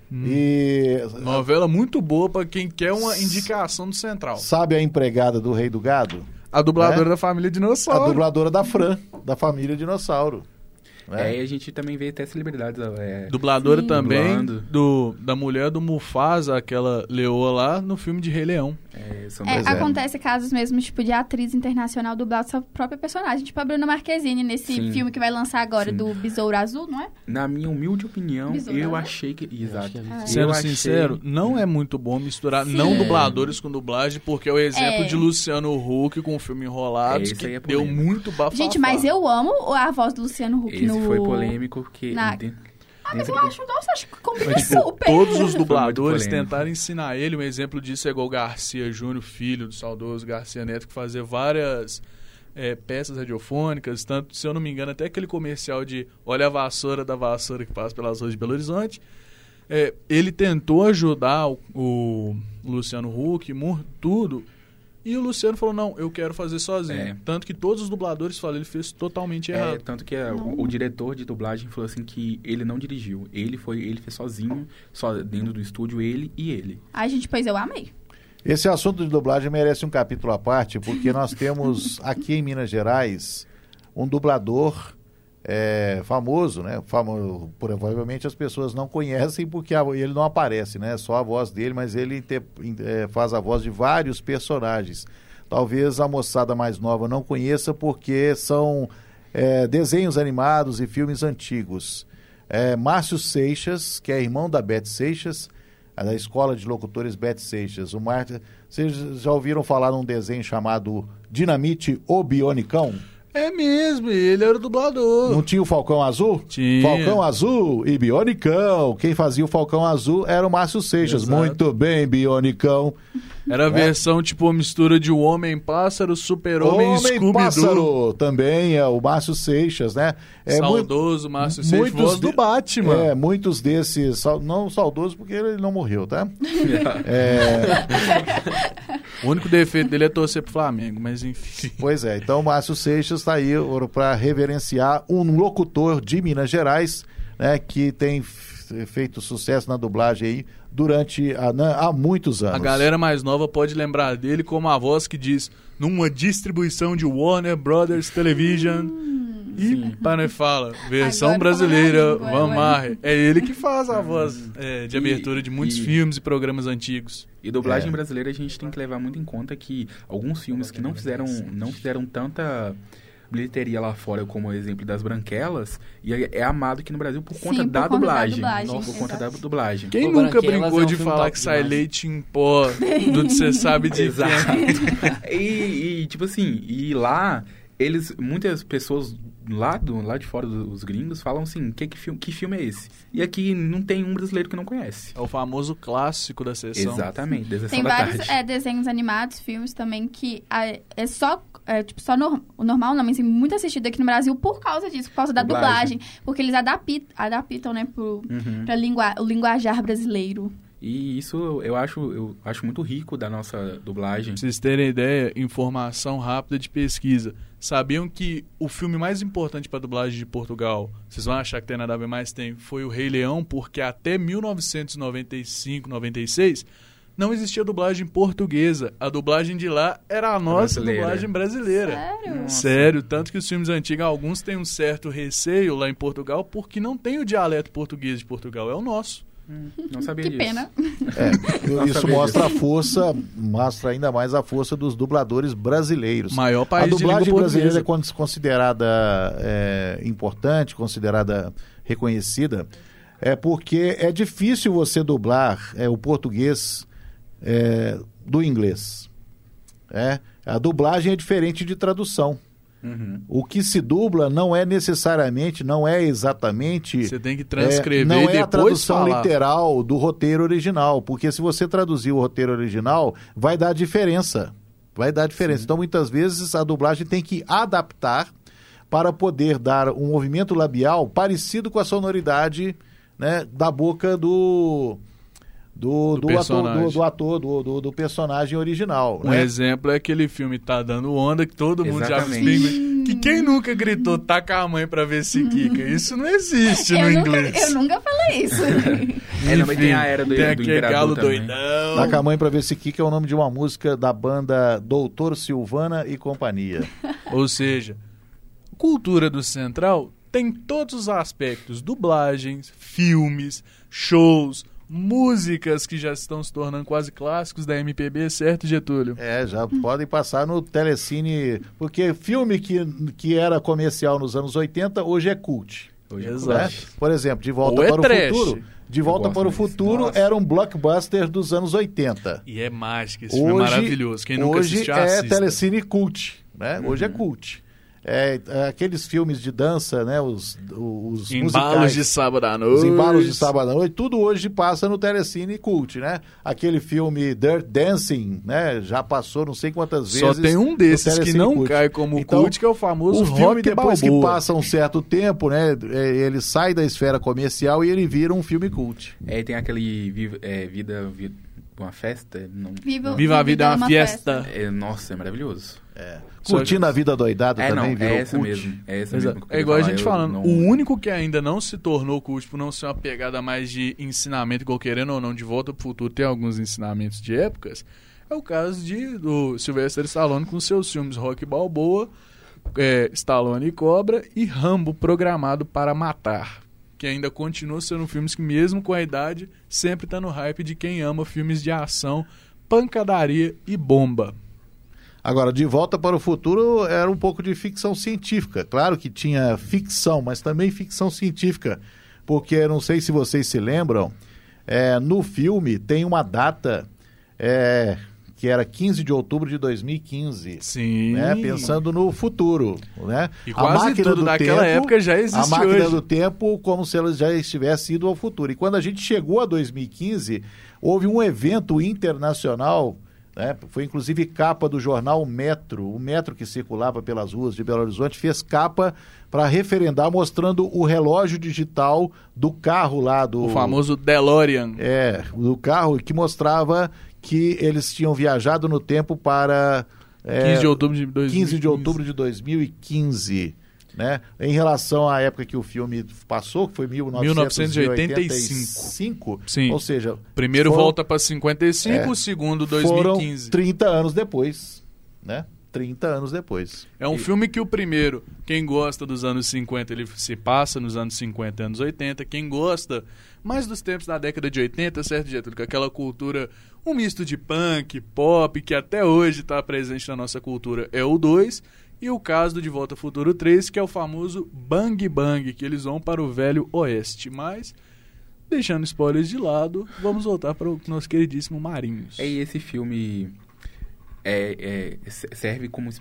E Novela muito boa pra quem quer uma indicação do Central. sabe a empregada do Rei do Gado? A dubladora da família Dinossauro. A dubladora da Fran, da família Dinossauro. E a gente também vê até celebridades. Dubladora Sim. também Dublando. da mulher do Mufasa, aquela leoa lá, no filme de Rei Leão. São Pois é. Acontece casos mesmo, tipo, de atriz internacional dublar sua própria personagem. Tipo a Bruna Marquezine, nesse Sim. filme que vai lançar agora, Sim. do Besouro Azul, não é? Na minha humilde opinião, Besouro, eu né? achei que... Exato. acho que é Eu Sendo achei- sincero, não é muito bom misturar Sim. não dubladores com dublagem, porque é o exemplo É. de Luciano Huck com o filme Enrolados, Esse que aí é deu polêmico. muito bafafá. Gente, mas eu amo a voz do Luciano Huck Esse no... foi polêmico, porque... na- Mas eu acho, nossa, acho que combina Mas, tipo, super. todos os Foi dubladores muito polêmico. tentaram ensinar ele. Um exemplo disso é igual o Garcia Júnior, filho do saudoso Garcia Neto, que fazia várias peças radiofônicas. Tanto, se eu não me engano, até aquele comercial de Olha a vassoura da vassoura que passa pelas ruas de Belo Horizonte. Ele tentou ajudar o Luciano Huck, tudo. E o Luciano falou, não, eu quero fazer sozinho. Tanto que todos os dubladores falam, ele fez totalmente errado. Tanto que o diretor de dublagem falou assim que ele não dirigiu. Ele fez sozinho, só dentro do estúdio, ele e ele. Ai, gente, pois eu amei. Esse assunto de dublagem merece um capítulo à parte, porque nós temos aqui em Minas Gerais um dublador famoso, né? Provavelmente as pessoas não conhecem porque ele não aparece, né? Só a voz dele, mas ele faz a voz de vários personagens. Talvez a moçada mais nova não conheça porque são desenhos animados e filmes antigos. Márcio Seixas, que é irmão da Beth Seixas, da Escola de Locutores Beth Seixas. Vocês já ouviram falar num desenho chamado Dinamite o Bionicão? É mesmo, ele era o dublador. Não tinha o Falcão Azul? Tinha. Falcão Azul e Bionicão. Quem fazia o Falcão Azul era o Márcio Seixas. Exato. Muito bem, Bionicão. Era a versão, tipo, uma mistura de Homem-Pássaro, Super-Homem e Scooby-Doo. Homem-Pássaro também é o Márcio Seixas, né? Saudoso Márcio Seixas, voz do Batman. Muitos desses, não saudoso porque ele não morreu, tá? O único defeito dele é torcer pro Flamengo, mas enfim. Pois é, então o Márcio Seixas está aí para reverenciar um locutor de Minas Gerais, né, que tem feito sucesso na dublagem aí há muitos anos. A galera mais nova pode lembrar dele como a voz que diz numa distribuição de Warner Brothers Television e fala, versão agora brasileira, agora. Van Marre. É ele que faz a voz de abertura de muitos filmes e programas antigos. E dublagem brasileira a gente tem que levar muito em conta que alguns filmes que não fizeram tanta bilheteria lá fora, como o exemplo das Branquelas, e é amado aqui no Brasil por conta da dublagem. Por conta da dublagem. Quem nunca brincou de falar que sai leite em pó do que você sabe de Exato. E tipo assim, lá, muitas pessoas lá de fora, os gringos, falam assim, que filme é esse? E aqui não tem um brasileiro que não conhece. É o famoso clássico da sessão. Exatamente, da sessão tem da vários tarde. Desenhos animados, filmes também, que o normal não, mas tem muito assistido aqui no Brasil por causa disso, por causa da dublagem. Porque eles adaptam, né, para o linguajar brasileiro. E isso eu acho muito rico da nossa dublagem. Pra vocês terem ideia, informação rápida de pesquisa. Sabiam que o filme mais importante para dublagem de Portugal, vocês vão achar que tem nada a ver, mas foi o Rei Leão, porque até 1995, 96, não existia dublagem portuguesa. A dublagem de lá era a nossa dublagem brasileira. Sério? Sério, tanto que os filmes antigos, alguns têm um certo receio lá em Portugal, porque não tem o dialeto português de Portugal, é o nosso. Não sabia Que disso. pena. Isso mostra ainda mais a força dos dubladores brasileiros. Maior país a dublagem de língua brasileira é portuguesa. considerada importante, considerada reconhecida, porque é difícil você dublar o português do inglês. A dublagem é diferente de tradução. O que se dubla não é exatamente... Você tem que transcrever não e depois é a tradução falar. literal do roteiro original, porque se você traduzir o roteiro original, vai dar diferença. Sim. Então, muitas vezes, a dublagem tem que adaptar para poder dar um movimento labial parecido com a sonoridade, né, da boca do personagem original. Um exemplo é aquele filme Tá Dando Onda, que todo mundo Exatamente. já viu. Que quem nunca gritou taca a mãe pra ver se quica? Isso não existe no inglês. Eu nunca falei isso. Também tem a era do aquele galo também. doidão. Taca a mãe pra ver se quica é o nome de uma música da banda Doutor Silvana e Companhia. Ou seja, cultura do Central tem todos os aspectos: dublagens, filmes, shows, músicas que já estão se tornando quase clássicos da MPB, certo, Getúlio? Já podem passar no Telecine, porque filme que era comercial nos anos 80, hoje é cult. Exato. Por exemplo, De Volta Ou para o trash. Futuro. De Volta para o Futuro era um blockbuster dos anos 80. E é mágico, esse filme é maravilhoso. Quem nunca assistiu, hoje assista. Telecine cult, né? Hoje é cult. Aqueles filmes de dança, né? Os Embalos musicais, de Sábado à Noite. os embalos de sábado à noite, tudo hoje passa no Telecine Cult, né? Aquele filme Dirt Dancing, né? Já passou não sei quantas vezes. Só tem um desses que não Cult. cai como Então, cult, que é o famoso o filme, Rock depois Balboa. que passa um certo tempo, né? Ele sai da esfera comercial e ele vira um filme cult. Tem aquele uma festa. Não, Viva a vida é uma festa. Nossa, é maravilhoso. Curtindo a vida doidada também, virou essa cult. mesmo. É essa mesmo. É igual a gente falando, o único que ainda não se tornou cult por não ser uma pegada mais de ensinamento, igual querendo ou não, De Volta pro Futuro tem alguns ensinamentos de épocas, é o caso do Sylvester Stallone com seus filmes Rocky Balboa, Stallone e Cobra e Rambo Programado para Matar, que ainda continua sendo filmes que mesmo com a idade sempre tá no hype de quem ama filmes de ação, pancadaria e bomba. Agora, De Volta para o Futuro era um pouco de ficção científica. Claro que tinha ficção, mas também ficção científica. Porque, não sei se vocês se lembram, no filme tem uma data que era 15 de outubro de 2015. Sim. Né? Pensando no futuro. Né? E quase tudo daquela época já existe hoje. A máquina do tempo como se ela já estivesse ido ao futuro. E quando a gente chegou a 2015, houve um evento internacional... Foi inclusive capa do jornal Metro. O Metro, que circulava pelas ruas de Belo Horizonte, fez capa para referendar, mostrando o relógio digital do carro lá do... O famoso DeLorean. Do carro, que mostrava que eles tinham viajado no tempo para... 15 de outubro de 2015. 15 de outubro de 2015. Né? Em relação à época que o filme passou, que foi 1985. Sim. Ou seja... Primeiro volta para 55, o segundo 2015. Foram 30 anos depois, né? 30 anos depois. É um filme que o primeiro, quem gosta dos anos 50, ele se passa nos anos 50 e anos 80. Quem gosta mais dos tempos da década de 80, certo, Getúlio? Com aquela cultura, um misto de punk, pop, que até hoje está presente na nossa cultura, é o 2. E o caso do De Volta ao Futuro 3, que é o famoso Bang Bang, que eles vão para o Velho Oeste. Mas, deixando spoilers de lado, vamos voltar para o nosso queridíssimo Marinhos. E esse filme serve como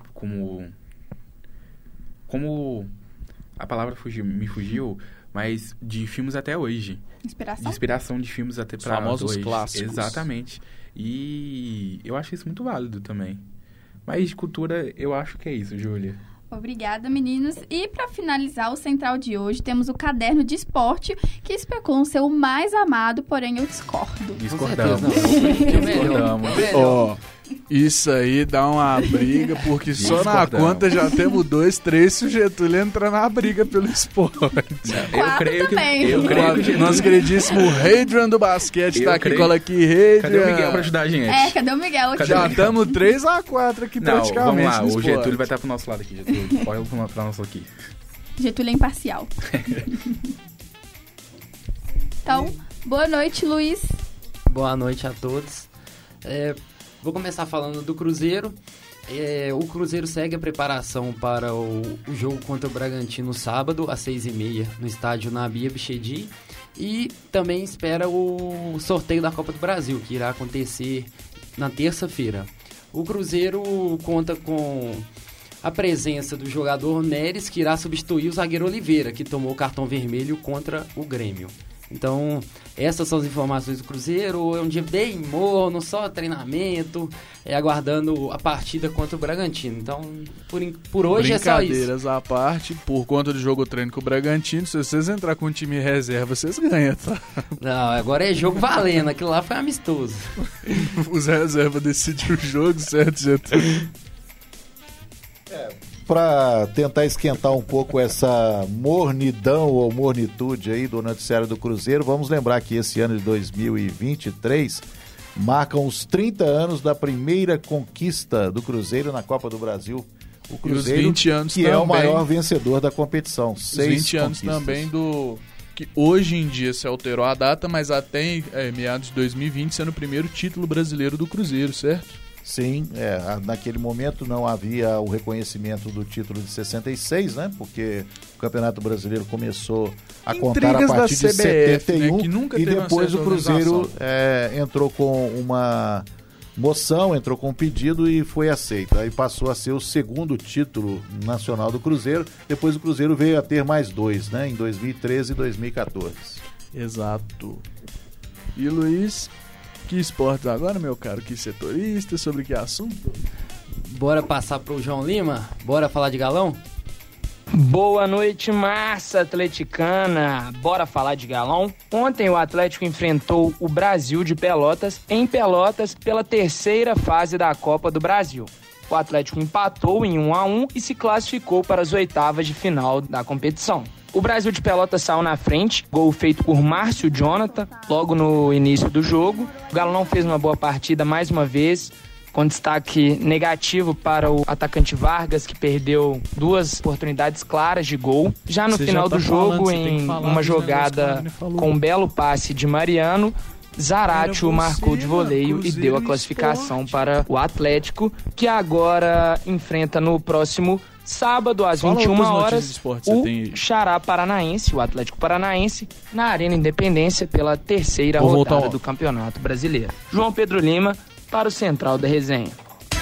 a palavra me fugiu, mas de filmes até hoje. Inspiração? De inspiração de filmes até para hoje. Famosos clássicos. Exatamente. E eu acho isso muito válido também. Mas de cultura, eu acho que é isso, Júlia. Obrigada, meninos. E para finalizar o Central de hoje, temos o Caderno de Esporte, que especulam ser o mais amado, porém eu discordo. Discordamos. Isso aí dá uma briga, porque só na conta já temos 2, 3 se o Getúlio entra na briga pelo esporte. Eu creio que nosso queridíssimo Hadrian do basquete tá aqui, cola aqui, Hadrian. Cadê o Miguel pra ajudar a gente? Cadê o Miguel aqui? Já estamos 3-4 aqui praticamente. Vamos lá, o Getúlio vai estar pro nosso lado aqui, Getúlio. Pode pra nosso aqui. Getúlio é imparcial. Então, boa noite, Luiz. Boa noite a todos. Vou começar falando do Cruzeiro. O Cruzeiro segue a preparação para o jogo contra o Bragantino sábado, às 6h30, no estádio Nabi Abichedi. E também espera o sorteio da Copa do Brasil, que irá acontecer na terça-feira. O Cruzeiro conta com a presença do jogador Neres, que irá substituir o zagueiro Oliveira, que tomou o cartão vermelho contra o Grêmio. Então, essas são as informações do Cruzeiro. É um dia bem morno, só treinamento, aguardando a partida contra o Bragantino. Então, por hoje é só isso. Brincadeiras à parte, por conta do jogo treino com o Bragantino, se vocês entrar com o time reserva, vocês ganham, tá? Não, agora é jogo valendo. Aquilo lá foi amistoso. Os reservas decidiram o jogo, certo, Getúlio? Para tentar esquentar um pouco essa mornidão ou mornitude aí do noticiário do Cruzeiro, vamos lembrar que esse ano de 2023 marcam os 30 anos da primeira conquista do Cruzeiro na Copa do Brasil. O Cruzeiro, 20 anos que também, é o maior vencedor da competição. Os 20 anos também do... que hoje em dia se alterou a data, mas até meados de 2020 sendo o primeiro título brasileiro do Cruzeiro, certo? Sim, naquele momento não havia o reconhecimento do título de 66, né? Porque o Campeonato Brasileiro começou a contar a partir de CBF, 71, né? Que nunca e teve depois o Cruzeiro entrou com uma moção, entrou com um pedido e foi aceito. Aí passou a ser o segundo título nacional do Cruzeiro. Depois o Cruzeiro veio a ter mais 2, né? Em 2013 e 2014. Exato. E Luiz... Que esportes agora, meu caro? Que setorista? Sobre que assunto? Bora passar pro João Lima? Bora falar de galão? Boa noite, massa atleticana. Bora falar de galão? Ontem o Atlético enfrentou o Brasil de Pelotas em Pelotas pela terceira fase da Copa do Brasil. O Atlético empatou em 1-1 e se classificou para as oitavas de final da competição. O Brasil de Pelotas saiu na frente, gol feito por Márcio Jonathan logo no início do jogo. O Galo não fez uma boa partida mais uma vez, com destaque negativo para o atacante Vargas, que perdeu 2 oportunidades claras de gol. Já no final do jogo, em uma jogada com um belo passe de Mariano, Zaratio marcou de voleio e deu a classificação para o Atlético, que agora enfrenta no próximo sábado, às 21 horas, o Xará Paranaense, o Atlético Paranaense, na Arena Independência, pela terceira rodada do Campeonato Brasileiro. João Pedro Lima, para o Central da Resenha.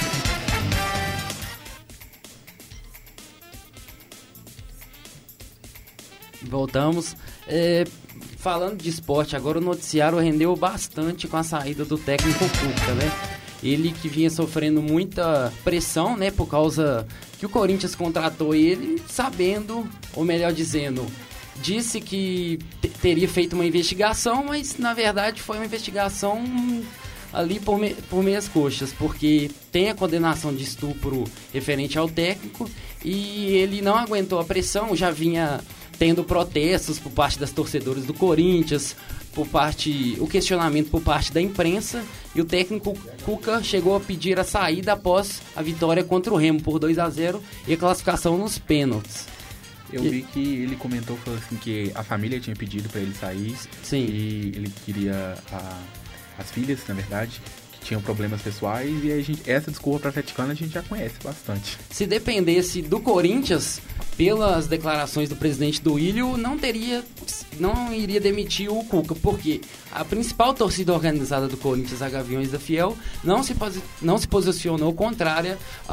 Voltamos. Falando de esporte, agora o noticiário rendeu bastante com a saída do técnico Cuca, né? Ele que vinha sofrendo muita pressão, né? Por causa que o Corinthians contratou ele sabendo, ou melhor dizendo, disse que teria feito uma investigação, mas na verdade foi uma investigação ali por meias coxas, porque tem a condenação de estupro referente ao técnico e ele não aguentou a pressão, já vinha tendo protestos por parte das torcedoras do Corinthians, o questionamento por parte da imprensa, e o técnico Cuca chegou a pedir a saída após a vitória contra o Remo por 2-0 e a classificação nos pênaltis. Eu vi que ele comentou, falou assim, que a família tinha pedido para ele sair. Sim. E ele queria as filhas, na verdade, que tinham problemas pessoais, e essa desculpa para atleticana a gente já conhece bastante. Se dependesse do Corinthians, pelas declarações do presidente do Ilho, não iria demitir o Cuca, porque a principal torcida organizada do Corinthians, a Gaviões da Fiel, não se posicionou contrária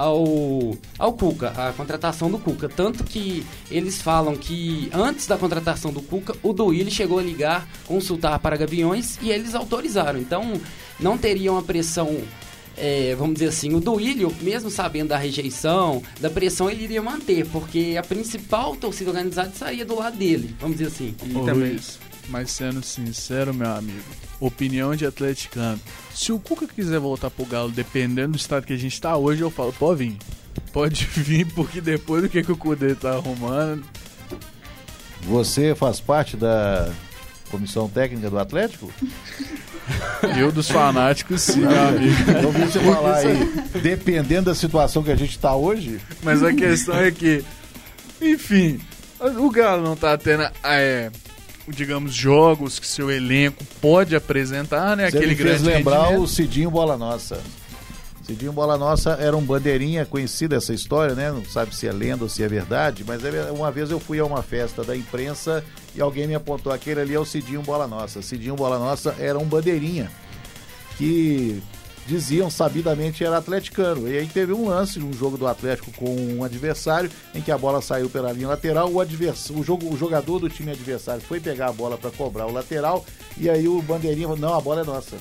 ao Cuca, à contratação do Cuca. Tanto que eles falam que antes da contratação do Cuca, o do Ilho chegou a ligar, consultar para Gaviões e eles autorizaram. Então, não teria uma pressão, vamos dizer assim, o Duílio, mesmo sabendo da rejeição, da pressão, ele iria manter, porque a principal torcida organizada saía do lado dele, vamos dizer assim. E também... Luiz, mas sendo sincero, meu amigo, opinião de atleticano, se o Cuca quiser voltar pro Galo, dependendo do estado que a gente tá hoje, eu falo, pode vir, porque depois do que o Cudê tá arrumando... Você faz parte da comissão técnica do Atlético? Eu dos fanáticos, sim, meu amigo. Eu vi você falar aí, dependendo da situação que a gente tá hoje. Mas a questão é que, enfim, o Galo não tá tendo, digamos, jogos que seu elenco pode apresentar, né? Você aquele me fez grande lembrar rendimento. o Cidinho Bola Nossa. Cidinho Bola Nossa era um bandeirinha, conhecida essa história, né? Não sabe se é lenda ou se é verdade, mas uma vez eu fui a uma festa da imprensa e alguém me apontou, aquele ali é o Cidinho Bola Nossa. Cidinho Bola Nossa era um bandeirinha que diziam sabidamente era atleticano. E aí teve um lance, um jogo do Atlético com um adversário, em que a bola saiu pela linha lateral, o jogador do time adversário foi pegar a bola para cobrar o lateral, e aí o bandeirinha falou, não, a bola é nossa.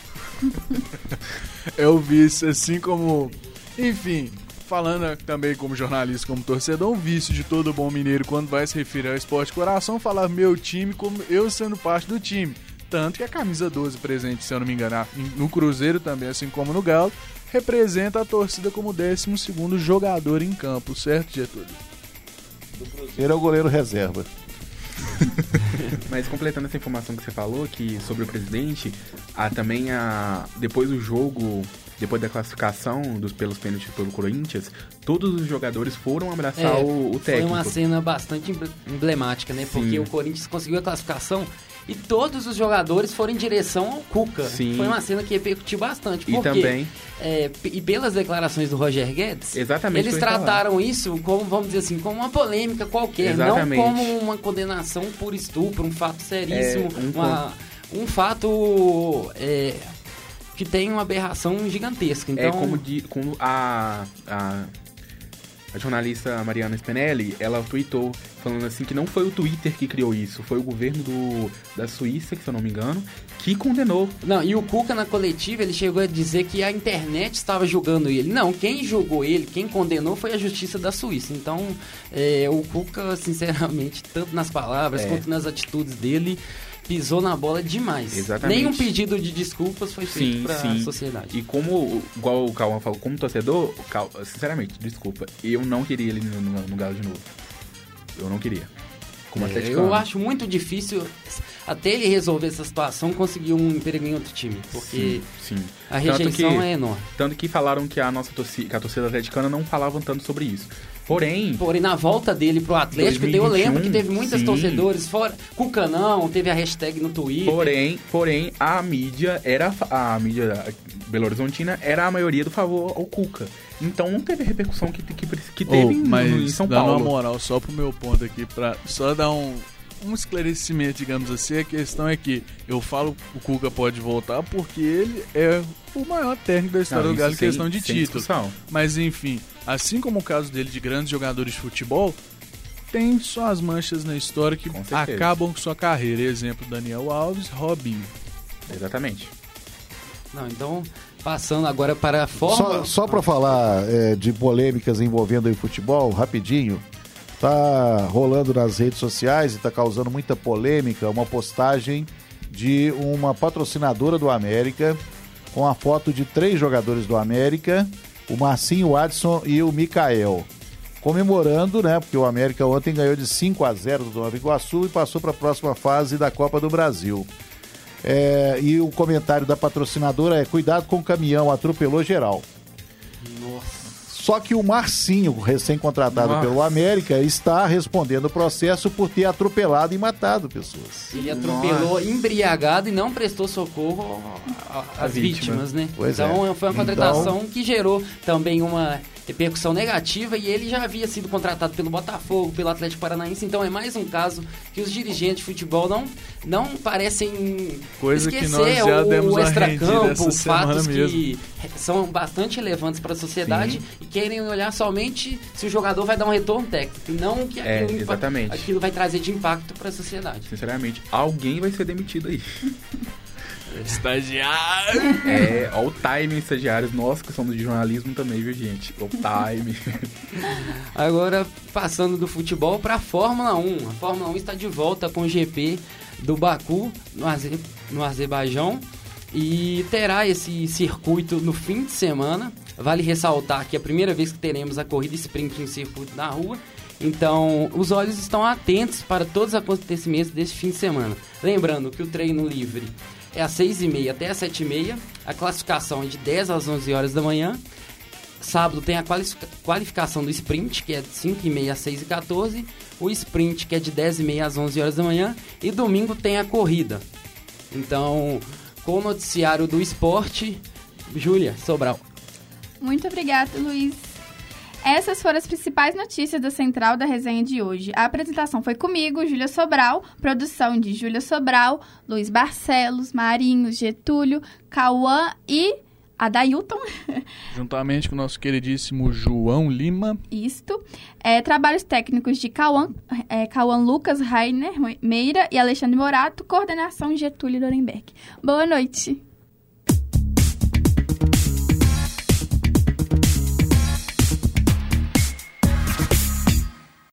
Eu vi isso assim como... Enfim, falando também como jornalista, como torcedor, um vício de todo bom mineiro quando vai se referir ao esporte coração, falar meu time como eu sendo parte do time. Tanto que a camisa 12 presente, se eu não me enganar, no Cruzeiro também, assim como no Galo, representa a torcida como 12º jogador em campo, certo, Getúlio? Do Cruzeiro é o goleiro reserva. Mas completando essa informação que você falou, que sobre o presidente, também depois do jogo, depois da classificação pelos pênaltis pelo Corinthians, todos os jogadores foram abraçar o técnico. Foi uma cena bastante emblemática, né? Porque Sim. o Corinthians conseguiu a classificação e todos os jogadores foram em direção ao Cuca. Sim. Foi uma cena que repercutiu bastante. E também... e pelas declarações do Roger Guedes, Exatamente, eles trataram isso como, vamos dizer assim, como uma polêmica qualquer, Exatamente. não como uma condenação por estupro, um fato seríssimo, um fato que tem uma aberração gigantesca. Então, como a A jornalista Mariana Spinelli, ela tweetou falando assim que não foi o Twitter que criou isso, foi o governo da Suíça, que se eu não me engano, que condenou. Não, e o Cuca na coletiva, ele chegou a dizer que a internet estava julgando ele. Não, quem julgou ele, quem condenou foi a justiça da Suíça. Então, o Cuca, sinceramente, tanto nas palavras quanto nas atitudes dele, pisou na bola demais. Exatamente. Nenhum pedido de desculpas foi feito para a sociedade. E como, igual o Cauã falou, como torcedor, sinceramente, desculpa, eu não queria ele no Galo de novo. Eu não queria. Como atleticano. Eu acho muito difícil, até ele resolver essa situação, conseguir um emprego em outro time. Porque sim. a rejeição é enorme. Tanto que falaram que a torcida atleticana não falavam tanto sobre isso. Porém, na volta dele pro Atlético, 2021, eu lembro que teve muitos torcedores, fora Cuca não, teve a hashtag no Twitter. Porém, a mídia Belo Horizontina era a maioria do favor ao Cuca. Então não teve a repercussão que teve em São Paulo. Dando uma moral só pro meu ponto aqui, pra só dar um esclarecimento, digamos assim, a questão é que eu falo que o Cuca pode voltar porque ele é o maior técnico da história do Galo em questão de título. Mas enfim, assim como o caso dele de grandes jogadores de futebol, tem suas manchas na história que acabam com sua carreira. Exemplo, Daniel Alves, Robinho. Exatamente. Não, então, passando agora para a forma... Só para falar de polêmicas envolvendo o futebol, rapidinho, tá rolando nas redes sociais e tá causando muita polêmica uma postagem de uma patrocinadora do América com a foto de 3 jogadores do América, o Marcinho, o Adson e o Mikael, comemorando, né, porque o América ontem ganhou de 5-0 do Nova Iguaçu e passou para a próxima fase da Copa do Brasil. E o comentário da patrocinadora é: cuidado com o caminhão, atropelou geral. Nossa. Só que o Marcinho, recém-contratado pelo América, está respondendo o processo por ter atropelado e matado pessoas. Ele atropelou embriagado e não prestou socorro às vítimas, né? Então foi uma contratação que gerou também uma repercussão negativa, e ele já havia sido contratado pelo Botafogo, pelo Atlético Paranaense, então é mais um caso que os dirigentes de futebol não parecem esquecer que nós já demos o extracampo, fatos mesmo. que são bastante relevantes para a sociedade e querem olhar somente se o jogador vai dar um retorno técnico, e não que aquilo vai trazer de impacto para a sociedade. Sinceramente, alguém vai ser demitido aí. Estagiário! Olha o timing, estagiários. Nós que somos de jornalismo também, viu, gente? O timing. Agora, passando do futebol para a Fórmula 1. A Fórmula 1 está de volta com o GP do Baku, no Azerbaijão, e terá esse circuito no fim de semana. Vale ressaltar que é a primeira vez que teremos a corrida sprint em circuito na rua. Então, os olhos estão atentos para todos os acontecimentos desse fim de semana. Lembrando que o treino livre é às 6h30 até às 7h30. A classificação é de 10 às 11 horas da manhã. Sábado tem a qualificação do sprint, que é de 5h30 às 6h14. O sprint, que é de 10h30 às 11 horas da manhã. E domingo tem a corrida. Então, com o noticiário do esporte, Júlia Sobral. Muito obrigada, Luiz. Essas foram as principais notícias da Central da Resenha de hoje. A apresentação foi comigo, Júlia Sobral, produção de Júlia Sobral, Luiz Barcelos, Marinho, Getúlio, Cauã e Adailton. Juntamente com o nosso queridíssimo João Lima. Isto. Trabalhos técnicos de Cauã Lucas, Rainer Meira e Alexandre Morato, coordenação Getúlio Dorenberg. Boa noite.